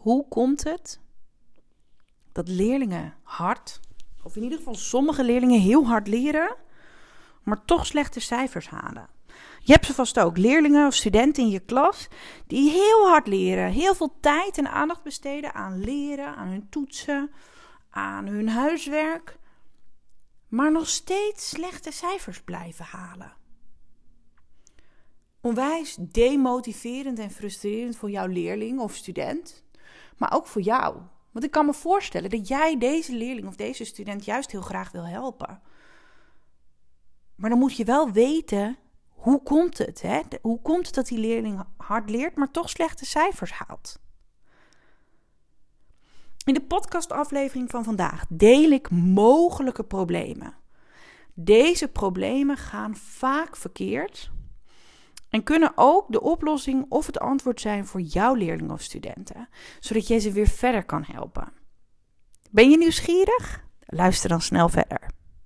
hoe komt het dat leerlingen hard, of in ieder geval sommige leerlingen heel hard leren, maar toch slechte cijfers halen? Je hebt ze vast ook, leerlingen of studenten in je klas die heel hard leren, heel veel tijd en aandacht besteden aan leren, aan hun toetsen, aan hun huiswerk, maar nog steeds slechte cijfers blijven halen. Onwijs demotiverend en frustrerend voor jouw leerling of student, maar ook voor jou. Want ik kan me voorstellen dat jij deze leerling of deze student juist heel graag wil helpen. Maar dan moet je wel weten, hoe komt het? Hè? Hoe komt het dat die leerling hard leert, maar toch slechte cijfers haalt? In de podcastaflevering van vandaag deel ik mogelijke problemen. Deze problemen gaan vaak verkeerd en kunnen ook de oplossing of het antwoord zijn voor jouw leerlingen of studenten, zodat jij ze weer verder kan helpen. Ben je nieuwsgierig? Luister dan snel verder.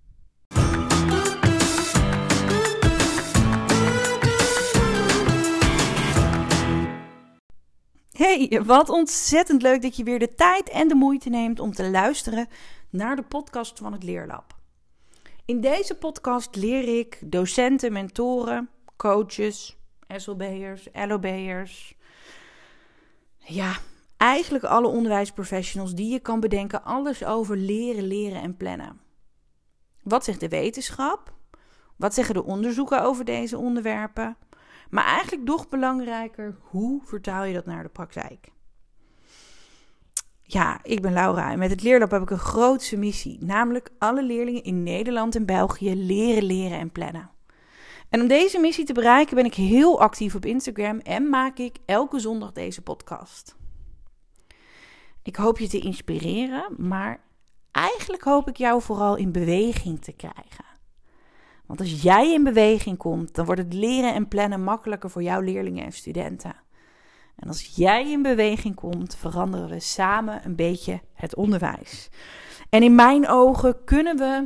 Hey, wat ontzettend leuk dat je weer de tijd en de moeite neemt om te luisteren naar de podcast van het Leerlab. In deze podcast leer ik docenten, mentoren, coaches, SLB'ers, LOB'ers. Ja, eigenlijk alle onderwijsprofessionals die je kan bedenken, alles over leren en plannen. Wat zegt de wetenschap? Wat zeggen de onderzoeken over deze onderwerpen? Maar eigenlijk nog belangrijker, hoe vertaal je dat naar de praktijk? Ja, ik ben Laura en met het Leerlab heb ik een grootse missie. Namelijk alle leerlingen in Nederland en België leren en plannen. En om deze missie te bereiken ben ik heel actief op Instagram en maak ik elke zondag deze podcast. Ik hoop je te inspireren, maar eigenlijk hoop ik jou vooral in beweging te krijgen. Want als jij in beweging komt, dan wordt het leren en plannen makkelijker voor jouw leerlingen en studenten. En als jij in beweging komt, veranderen we samen een beetje het onderwijs. En in mijn ogen kunnen we,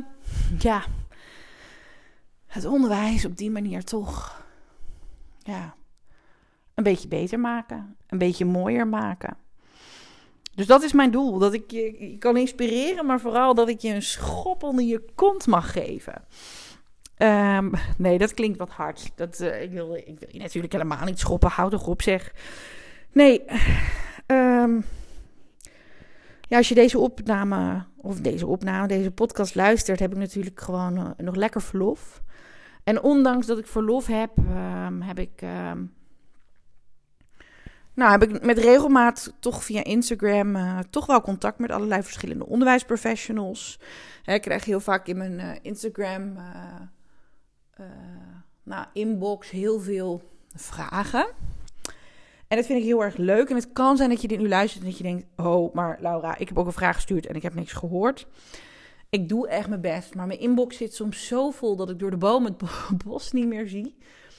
het onderwijs op die manier toch, een beetje beter maken. Een beetje mooier maken. Dus dat is mijn doel. Dat ik je kan inspireren, maar vooral dat ik je een schop onder je kont mag geven. Nee, dat klinkt wat hard. Ik wil je natuurlijk helemaal niet schoppen. Houd toch op, zeg. Nee. Als je deze podcast luistert, heb ik natuurlijk gewoon nog lekker verlof. En ondanks dat ik verlof heb, heb ik met regelmaat toch via Instagram toch wel contact met allerlei verschillende onderwijsprofessionals. Ik krijg heel vaak in mijn Instagram inbox heel veel vragen. En dat vind ik heel erg leuk. En het kan zijn dat je dit nu luistert en dat je denkt, oh, maar Laura, ik heb ook een vraag gestuurd en ik heb niks gehoord. Ik doe echt mijn best, maar mijn inbox zit soms zo vol dat ik door de boom het bos niet meer zie.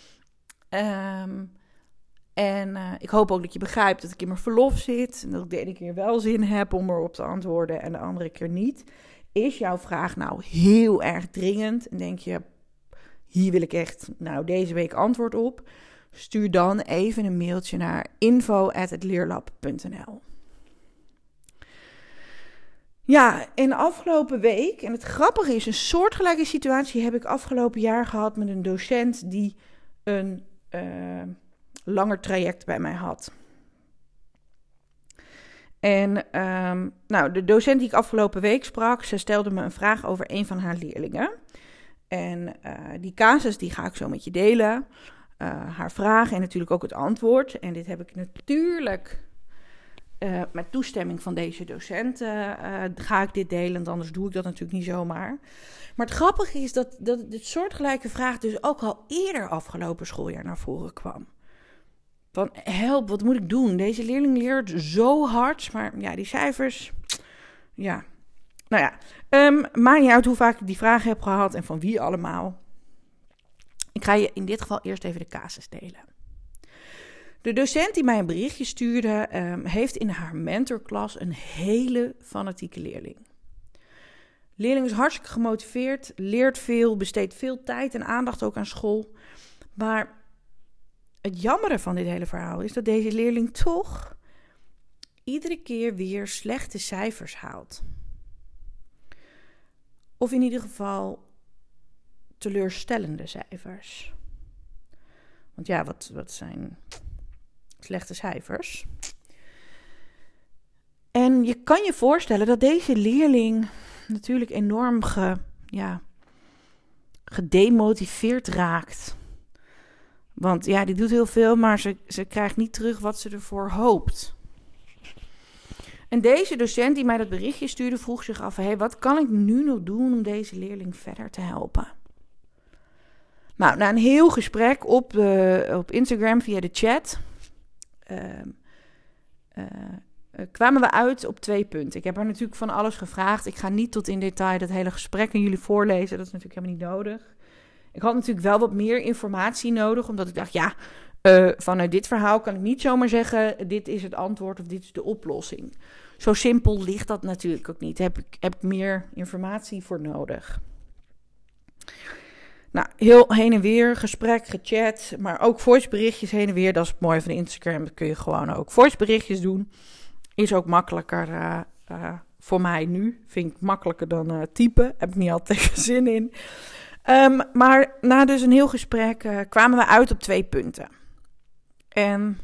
Ik hoop ook dat je begrijpt dat ik in mijn verlof zit en dat ik de ene keer wel zin heb om erop te antwoorden en de andere keer niet. Is jouw vraag nou heel erg dringend en denk je, hier wil ik echt deze week antwoord op? Stuur dan even een mailtje naar info@hetleerlab.nl. Ja, in de afgelopen week, en het grappige is, een soortgelijke situatie heb ik afgelopen jaar gehad met een docent die een langer traject bij mij had. En de docent die ik afgelopen week sprak, ze stelde me een vraag over een van haar leerlingen. En die casus die ga ik zo met je delen. Haar vraag en natuurlijk ook het antwoord. En dit heb ik natuurlijk met toestemming van deze docent ga ik dit delen. Want anders doe ik dat natuurlijk niet zomaar. Maar het grappige is dat dit soortgelijke vraag dus ook al eerder afgelopen schooljaar naar voren kwam. Van help, wat moet ik doen? Deze leerling leert zo hard, maar ja, die cijfers, ja. Maakt niet uit hoe vaak ik die vraag heb gehad en van wie allemaal. Ik ga je in dit geval eerst even de casus delen. De docent die mij een berichtje stuurde, heeft in haar mentorklas een hele fanatieke leerling. De leerling is hartstikke gemotiveerd, leert veel, besteedt veel tijd en aandacht ook aan school. Maar het jammere van dit hele verhaal is dat deze leerling toch iedere keer weer slechte cijfers haalt. Of in ieder geval teleurstellende cijfers. Want ja, wat zijn slechte cijfers? En je kan je voorstellen dat deze leerling natuurlijk enorm gedemotiveerd raakt. Want ja, die doet heel veel, maar ze krijgt niet terug wat ze ervoor hoopt. En deze docent die mij dat berichtje stuurde, vroeg zich af, wat kan ik nu nog doen om deze leerling verder te helpen? Nou, na een heel gesprek op Instagram via de chat kwamen we uit op 2 punten. Ik heb haar natuurlijk van alles gevraagd. Ik ga niet tot in detail dat hele gesprek aan jullie voorlezen. Dat is natuurlijk helemaal niet nodig. Ik had natuurlijk wel wat meer informatie nodig, omdat ik dacht, vanuit dit verhaal kan ik niet zomaar zeggen, dit is het antwoord of dit is de oplossing. Zo simpel ligt dat natuurlijk ook niet. Heb ik meer informatie voor nodig. Nou, heel heen en weer, gesprek, gechat, maar ook voiceberichtjes heen en weer. Dat is het mooie van Instagram, dat kun je gewoon ook voiceberichtjes doen. Is ook makkelijker voor mij nu. Vind ik makkelijker dan typen. Heb ik niet altijd zin in. Maar na dus een heel gesprek kwamen we uit op 2 punten. En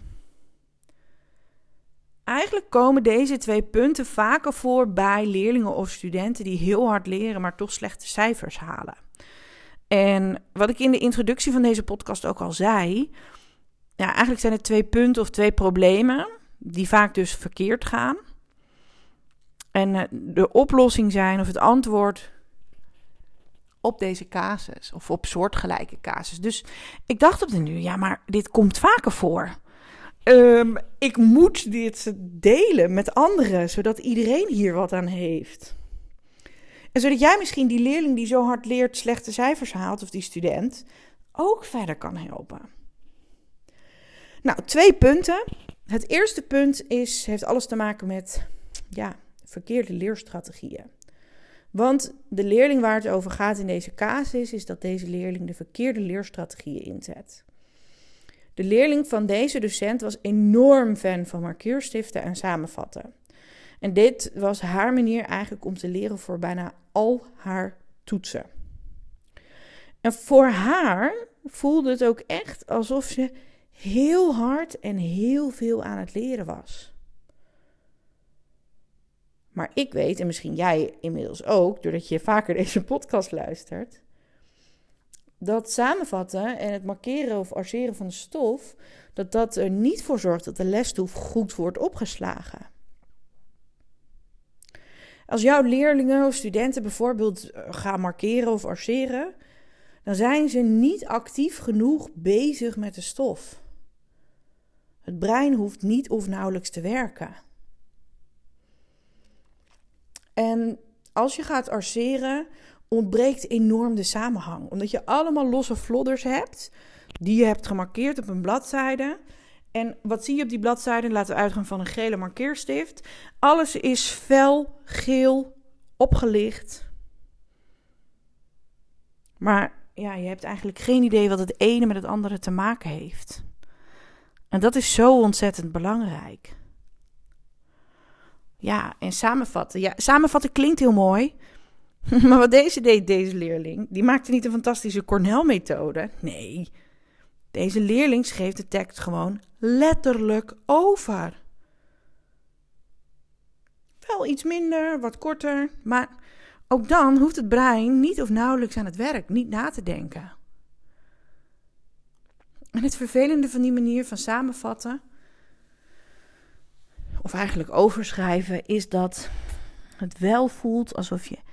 eigenlijk komen deze 2 punten vaker voor bij leerlingen of studenten die heel hard leren, maar toch slechte cijfers halen. En wat ik in de introductie van deze podcast ook al zei, eigenlijk zijn het 2 punten of 2 problemen die vaak dus verkeerd gaan. En de oplossing zijn of het antwoord op deze casus of op soortgelijke casus. Dus ik dacht op de nu, maar dit komt vaker voor. Ik moet dit delen met anderen, zodat iedereen hier wat aan heeft. En zodat jij misschien die leerling die zo hard leert slechte cijfers haalt, of die student, ook verder kan helpen. Nou, 2 punten. Het eerste punt heeft alles te maken met verkeerde leerstrategieën. Want de leerling waar het over gaat in deze casus is dat deze leerling de verkeerde leerstrategieën inzet. De leerling van deze docent was enorm fan van markeerstiften en samenvatten. En dit was haar manier eigenlijk om te leren voor bijna al haar toetsen. En voor haar voelde het ook echt alsof ze heel hard en heel veel aan het leren was. Maar ik weet, en misschien jij inmiddels ook, doordat je vaker deze podcast luistert, dat samenvatten en het markeren of arceren van de stof, dat er niet voor zorgt dat de lesstof goed wordt opgeslagen. Als jouw leerlingen of studenten bijvoorbeeld gaan markeren of arceren, dan zijn ze niet actief genoeg bezig met de stof. Het brein hoeft niet of nauwelijks te werken. En als je gaat arceren, ontbreekt enorm de samenhang. Omdat je allemaal losse vlodders hebt, die je hebt gemarkeerd op een bladzijde. En wat zie je op die bladzijde? Laten we uitgaan van een gele markeerstift. Alles is fel, geel, opgelicht. Maar je hebt eigenlijk geen idee wat het ene met het andere te maken heeft. En dat is zo ontzettend belangrijk. En samenvatten. Ja, samenvatten klinkt heel mooi. Maar wat deze leerling, die maakte niet een fantastische Cornell-methode. Nee, deze leerling schreef de tekst gewoon letterlijk over. Wel iets minder, wat korter, maar ook dan hoeft het brein niet of nauwelijks aan het werk, niet na te denken. En het vervelende van die manier van samenvatten, of eigenlijk overschrijven, is dat het wel voelt alsof je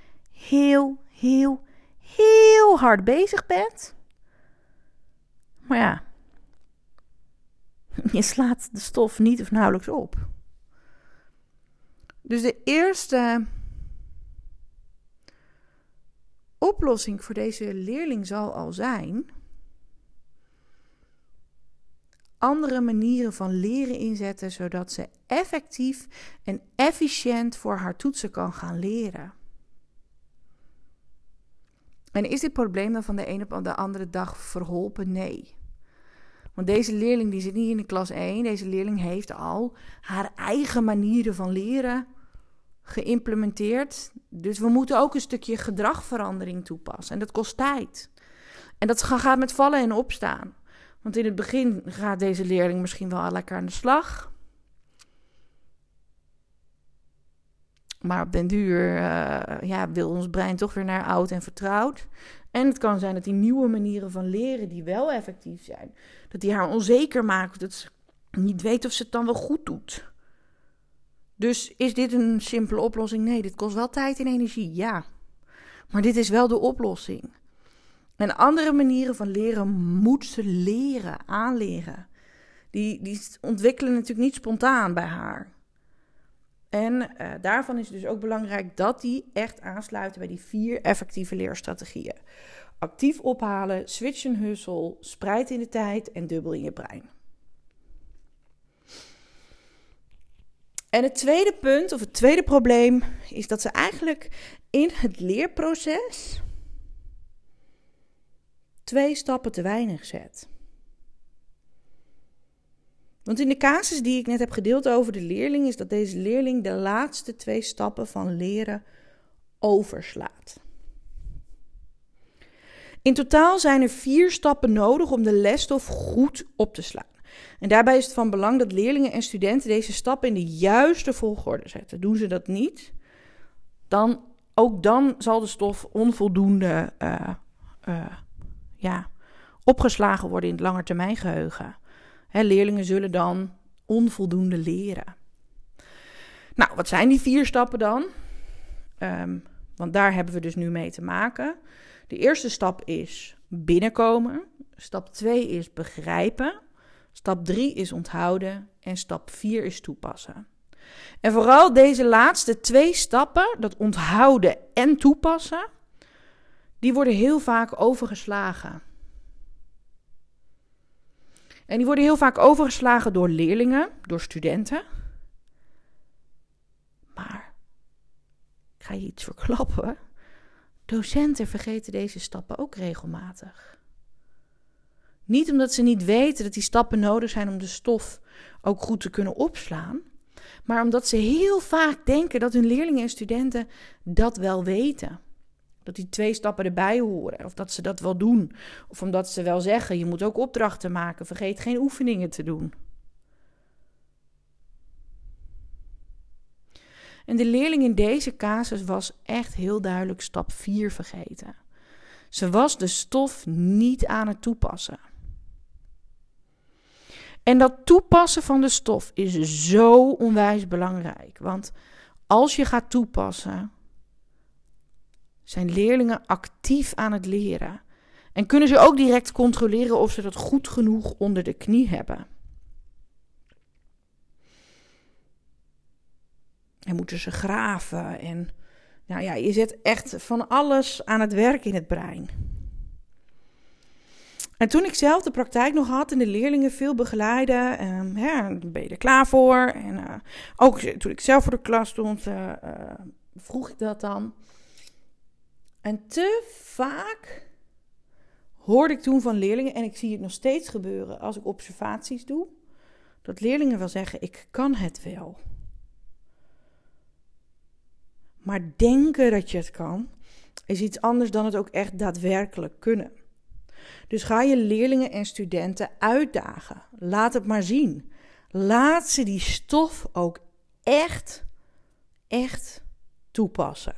heel hard bezig bent. Maar je slaat de stof niet of nauwelijks op. Dus de eerste oplossing voor deze leerling zal al zijn andere manieren van leren inzetten, zodat ze effectief en efficiënt voor haar toetsen kan gaan leren. En is dit probleem dan van de ene op de andere dag verholpen? Nee. Want deze leerling die zit niet in de klas 1. Deze leerling heeft al haar eigen manieren van leren geïmplementeerd. Dus we moeten ook een stukje gedragverandering toepassen. En dat kost tijd. En dat gaat met vallen en opstaan. Want in het begin gaat deze leerling misschien wel lekker aan de slag. Maar op den duur wil ons brein toch weer naar oud en vertrouwd. En het kan zijn dat die nieuwe manieren van leren die wel effectief zijn, dat die haar onzeker maken, dat ze niet weet of ze het dan wel goed doet. Dus is dit een simpele oplossing? Nee, dit kost wel tijd en energie, ja. Maar dit is wel de oplossing. En andere manieren van leren moet ze leren, aanleren. Die ontwikkelen natuurlijk niet spontaan bij haar. En daarvan is het dus ook belangrijk dat die echt aansluiten bij die 4 effectieve leerstrategieën. Actief ophalen, switch en hustle, spreid in de tijd en dubbel in je brein. En het tweede punt, of het tweede probleem, is dat ze eigenlijk in het leerproces 2 stappen te weinig zet. Want in de casus die ik net heb gedeeld over de leerling, is dat deze leerling de laatste 2 stappen van leren overslaat. In totaal zijn er 4 stappen nodig om de lesstof goed op te slaan. En daarbij is het van belang dat leerlingen en studenten deze stappen in de juiste volgorde zetten. Doen ze dat niet, dan zal de stof onvoldoende opgeslagen worden in het langetermijngeheugen. Leerlingen zullen dan onvoldoende leren. Nou, wat zijn die 4 stappen dan? Want daar hebben we dus nu mee te maken. De eerste stap is binnenkomen. Stap 2 is begrijpen. Stap 3 is onthouden. En stap 4 is toepassen. En vooral deze laatste 2 stappen, dat onthouden en toepassen, die worden heel vaak overgeslagen. En die worden heel vaak overgeslagen door leerlingen, door studenten. Maar, ik ga je iets verklappen, docenten vergeten deze stappen ook regelmatig. Niet omdat ze niet weten dat die stappen nodig zijn om de stof ook goed te kunnen opslaan, maar omdat ze heel vaak denken dat hun leerlingen en studenten dat wel weten. Dat die 2 stappen erbij horen. Of dat ze dat wel doen. Of omdat ze wel zeggen, je moet ook opdrachten maken. Vergeet geen oefeningen te doen. En de leerling in deze casus was echt heel duidelijk stap 4 vergeten. Ze was de stof niet aan het toepassen. En dat toepassen van de stof is zo onwijs belangrijk. Want als je gaat toepassen, zijn leerlingen actief aan het leren. En kunnen ze ook direct controleren of ze dat goed genoeg onder de knie hebben. En moeten ze graven. En je zet echt van alles aan het werk in het brein. En toen ik zelf de praktijk nog had en de leerlingen veel begeleide, ben je er klaar voor? En ook toen ik zelf voor de klas stond, vroeg ik dat dan. En te vaak hoorde ik toen van leerlingen, en ik zie het nog steeds gebeuren als ik observaties doe, dat leerlingen wel zeggen, ik kan het wel. Maar denken dat je het kan, is iets anders dan het ook echt daadwerkelijk kunnen. Dus ga je leerlingen en studenten uitdagen. Laat het maar zien. Laat ze die stof ook echt toepassen.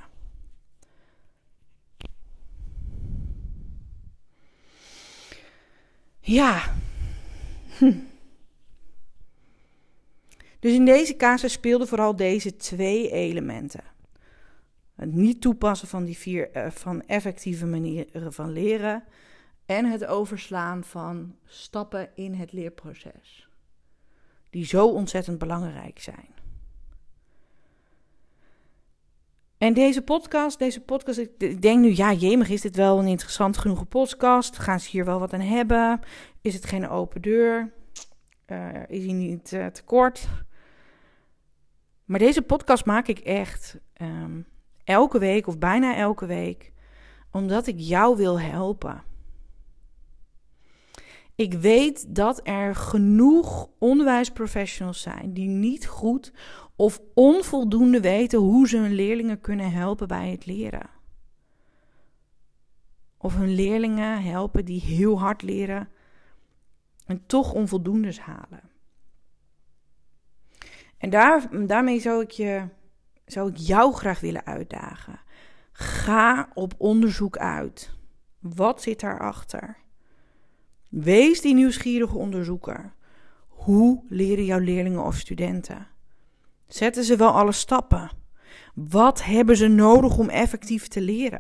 Ja. Dus in deze casus speelden vooral deze 2 elementen. Het niet toepassen van die 4 van effectieve manieren van leren en het overslaan van stappen in het leerproces. Die zo ontzettend belangrijk zijn. En deze podcast, ik denk nu, jemig, is dit wel een interessant genoeg podcast? Gaan ze hier wel wat aan hebben? Is het geen open deur? Is hij niet te kort? Maar deze podcast maak ik echt elke week of bijna elke week, omdat ik jou wil helpen. Ik weet dat er genoeg onderwijsprofessionals zijn die niet goed of onvoldoende weten hoe ze hun leerlingen kunnen helpen bij het leren. Of hun leerlingen helpen die heel hard leren en toch onvoldoendes halen. En daarmee zou ik jou graag willen uitdagen. Ga op onderzoek uit. Wat zit daarachter? Wees die nieuwsgierige onderzoeker. Hoe leren jouw leerlingen of studenten? Zetten ze wel alle stappen? Wat hebben ze nodig om effectief te leren?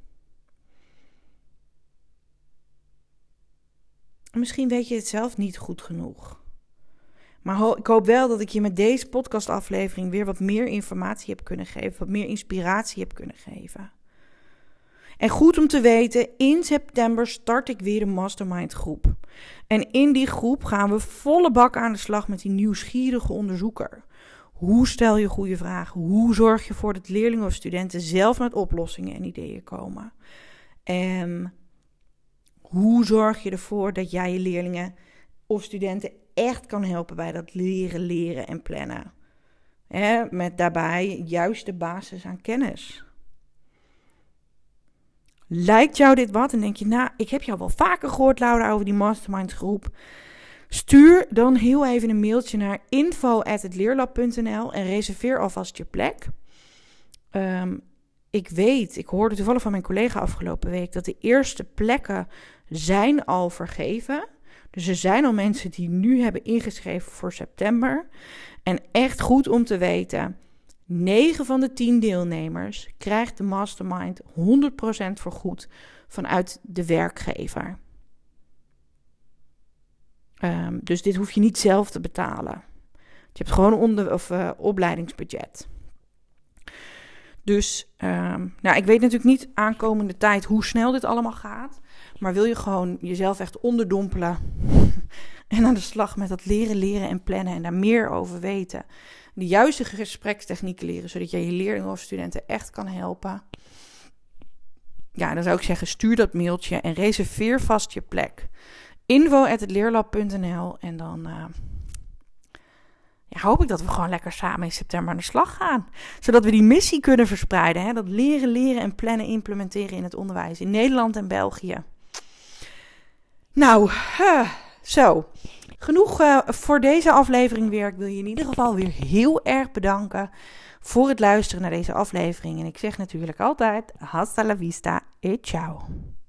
Misschien weet je het zelf niet goed genoeg. Maar ik hoop wel dat ik je met deze podcastaflevering weer wat meer informatie heb kunnen geven. Wat meer inspiratie heb kunnen geven. En goed om te weten, in september start ik weer een mastermind groep. En in die groep gaan we volle bak aan de slag met die nieuwsgierige onderzoeker. Hoe stel je goede vragen? Hoe zorg je ervoor dat leerlingen of studenten zelf met oplossingen en ideeën komen? En hoe zorg je ervoor dat jij je leerlingen of studenten echt kan helpen bij dat leren en plannen? Met daarbij juist de basis aan kennis. Lijkt jou dit wat? En denk je, ik heb jou wel vaker gehoord, Laura, over die mastermind groep. Stuur dan heel even een mailtje naar info@hetleerlab.nl en reserveer alvast je plek. Ik hoorde toevallig van mijn collega afgelopen week dat de eerste plekken zijn al vergeven. Dus er zijn al mensen die nu hebben ingeschreven voor september. En echt goed om te weten, 9 van de 10 deelnemers krijgt de mastermind 100% vergoed vanuit de werkgever. Dus dit hoef je niet zelf te betalen. Je hebt gewoon een opleidingsbudget. Dus ik weet natuurlijk niet aankomende tijd hoe snel dit allemaal gaat. Maar wil je gewoon jezelf echt onderdompelen en aan de slag met dat leren en plannen en daar meer over weten. De juiste gesprekstechnieken leren, zodat je leerlingen of studenten echt kan helpen. Ja, dan zou ik zeggen, stuur dat mailtje en reserveer vast je plek. info@hetleerlab.nl en dan hoop ik dat we gewoon lekker samen in september aan de slag gaan. Zodat we die missie kunnen verspreiden. Hè? Dat leren en plannen implementeren in het onderwijs in Nederland en België. Nou, zo. Genoeg voor deze aflevering weer. Ik wil je in ieder geval weer heel erg bedanken voor het luisteren naar deze aflevering. En ik zeg natuurlijk altijd, hasta la vista e ciao.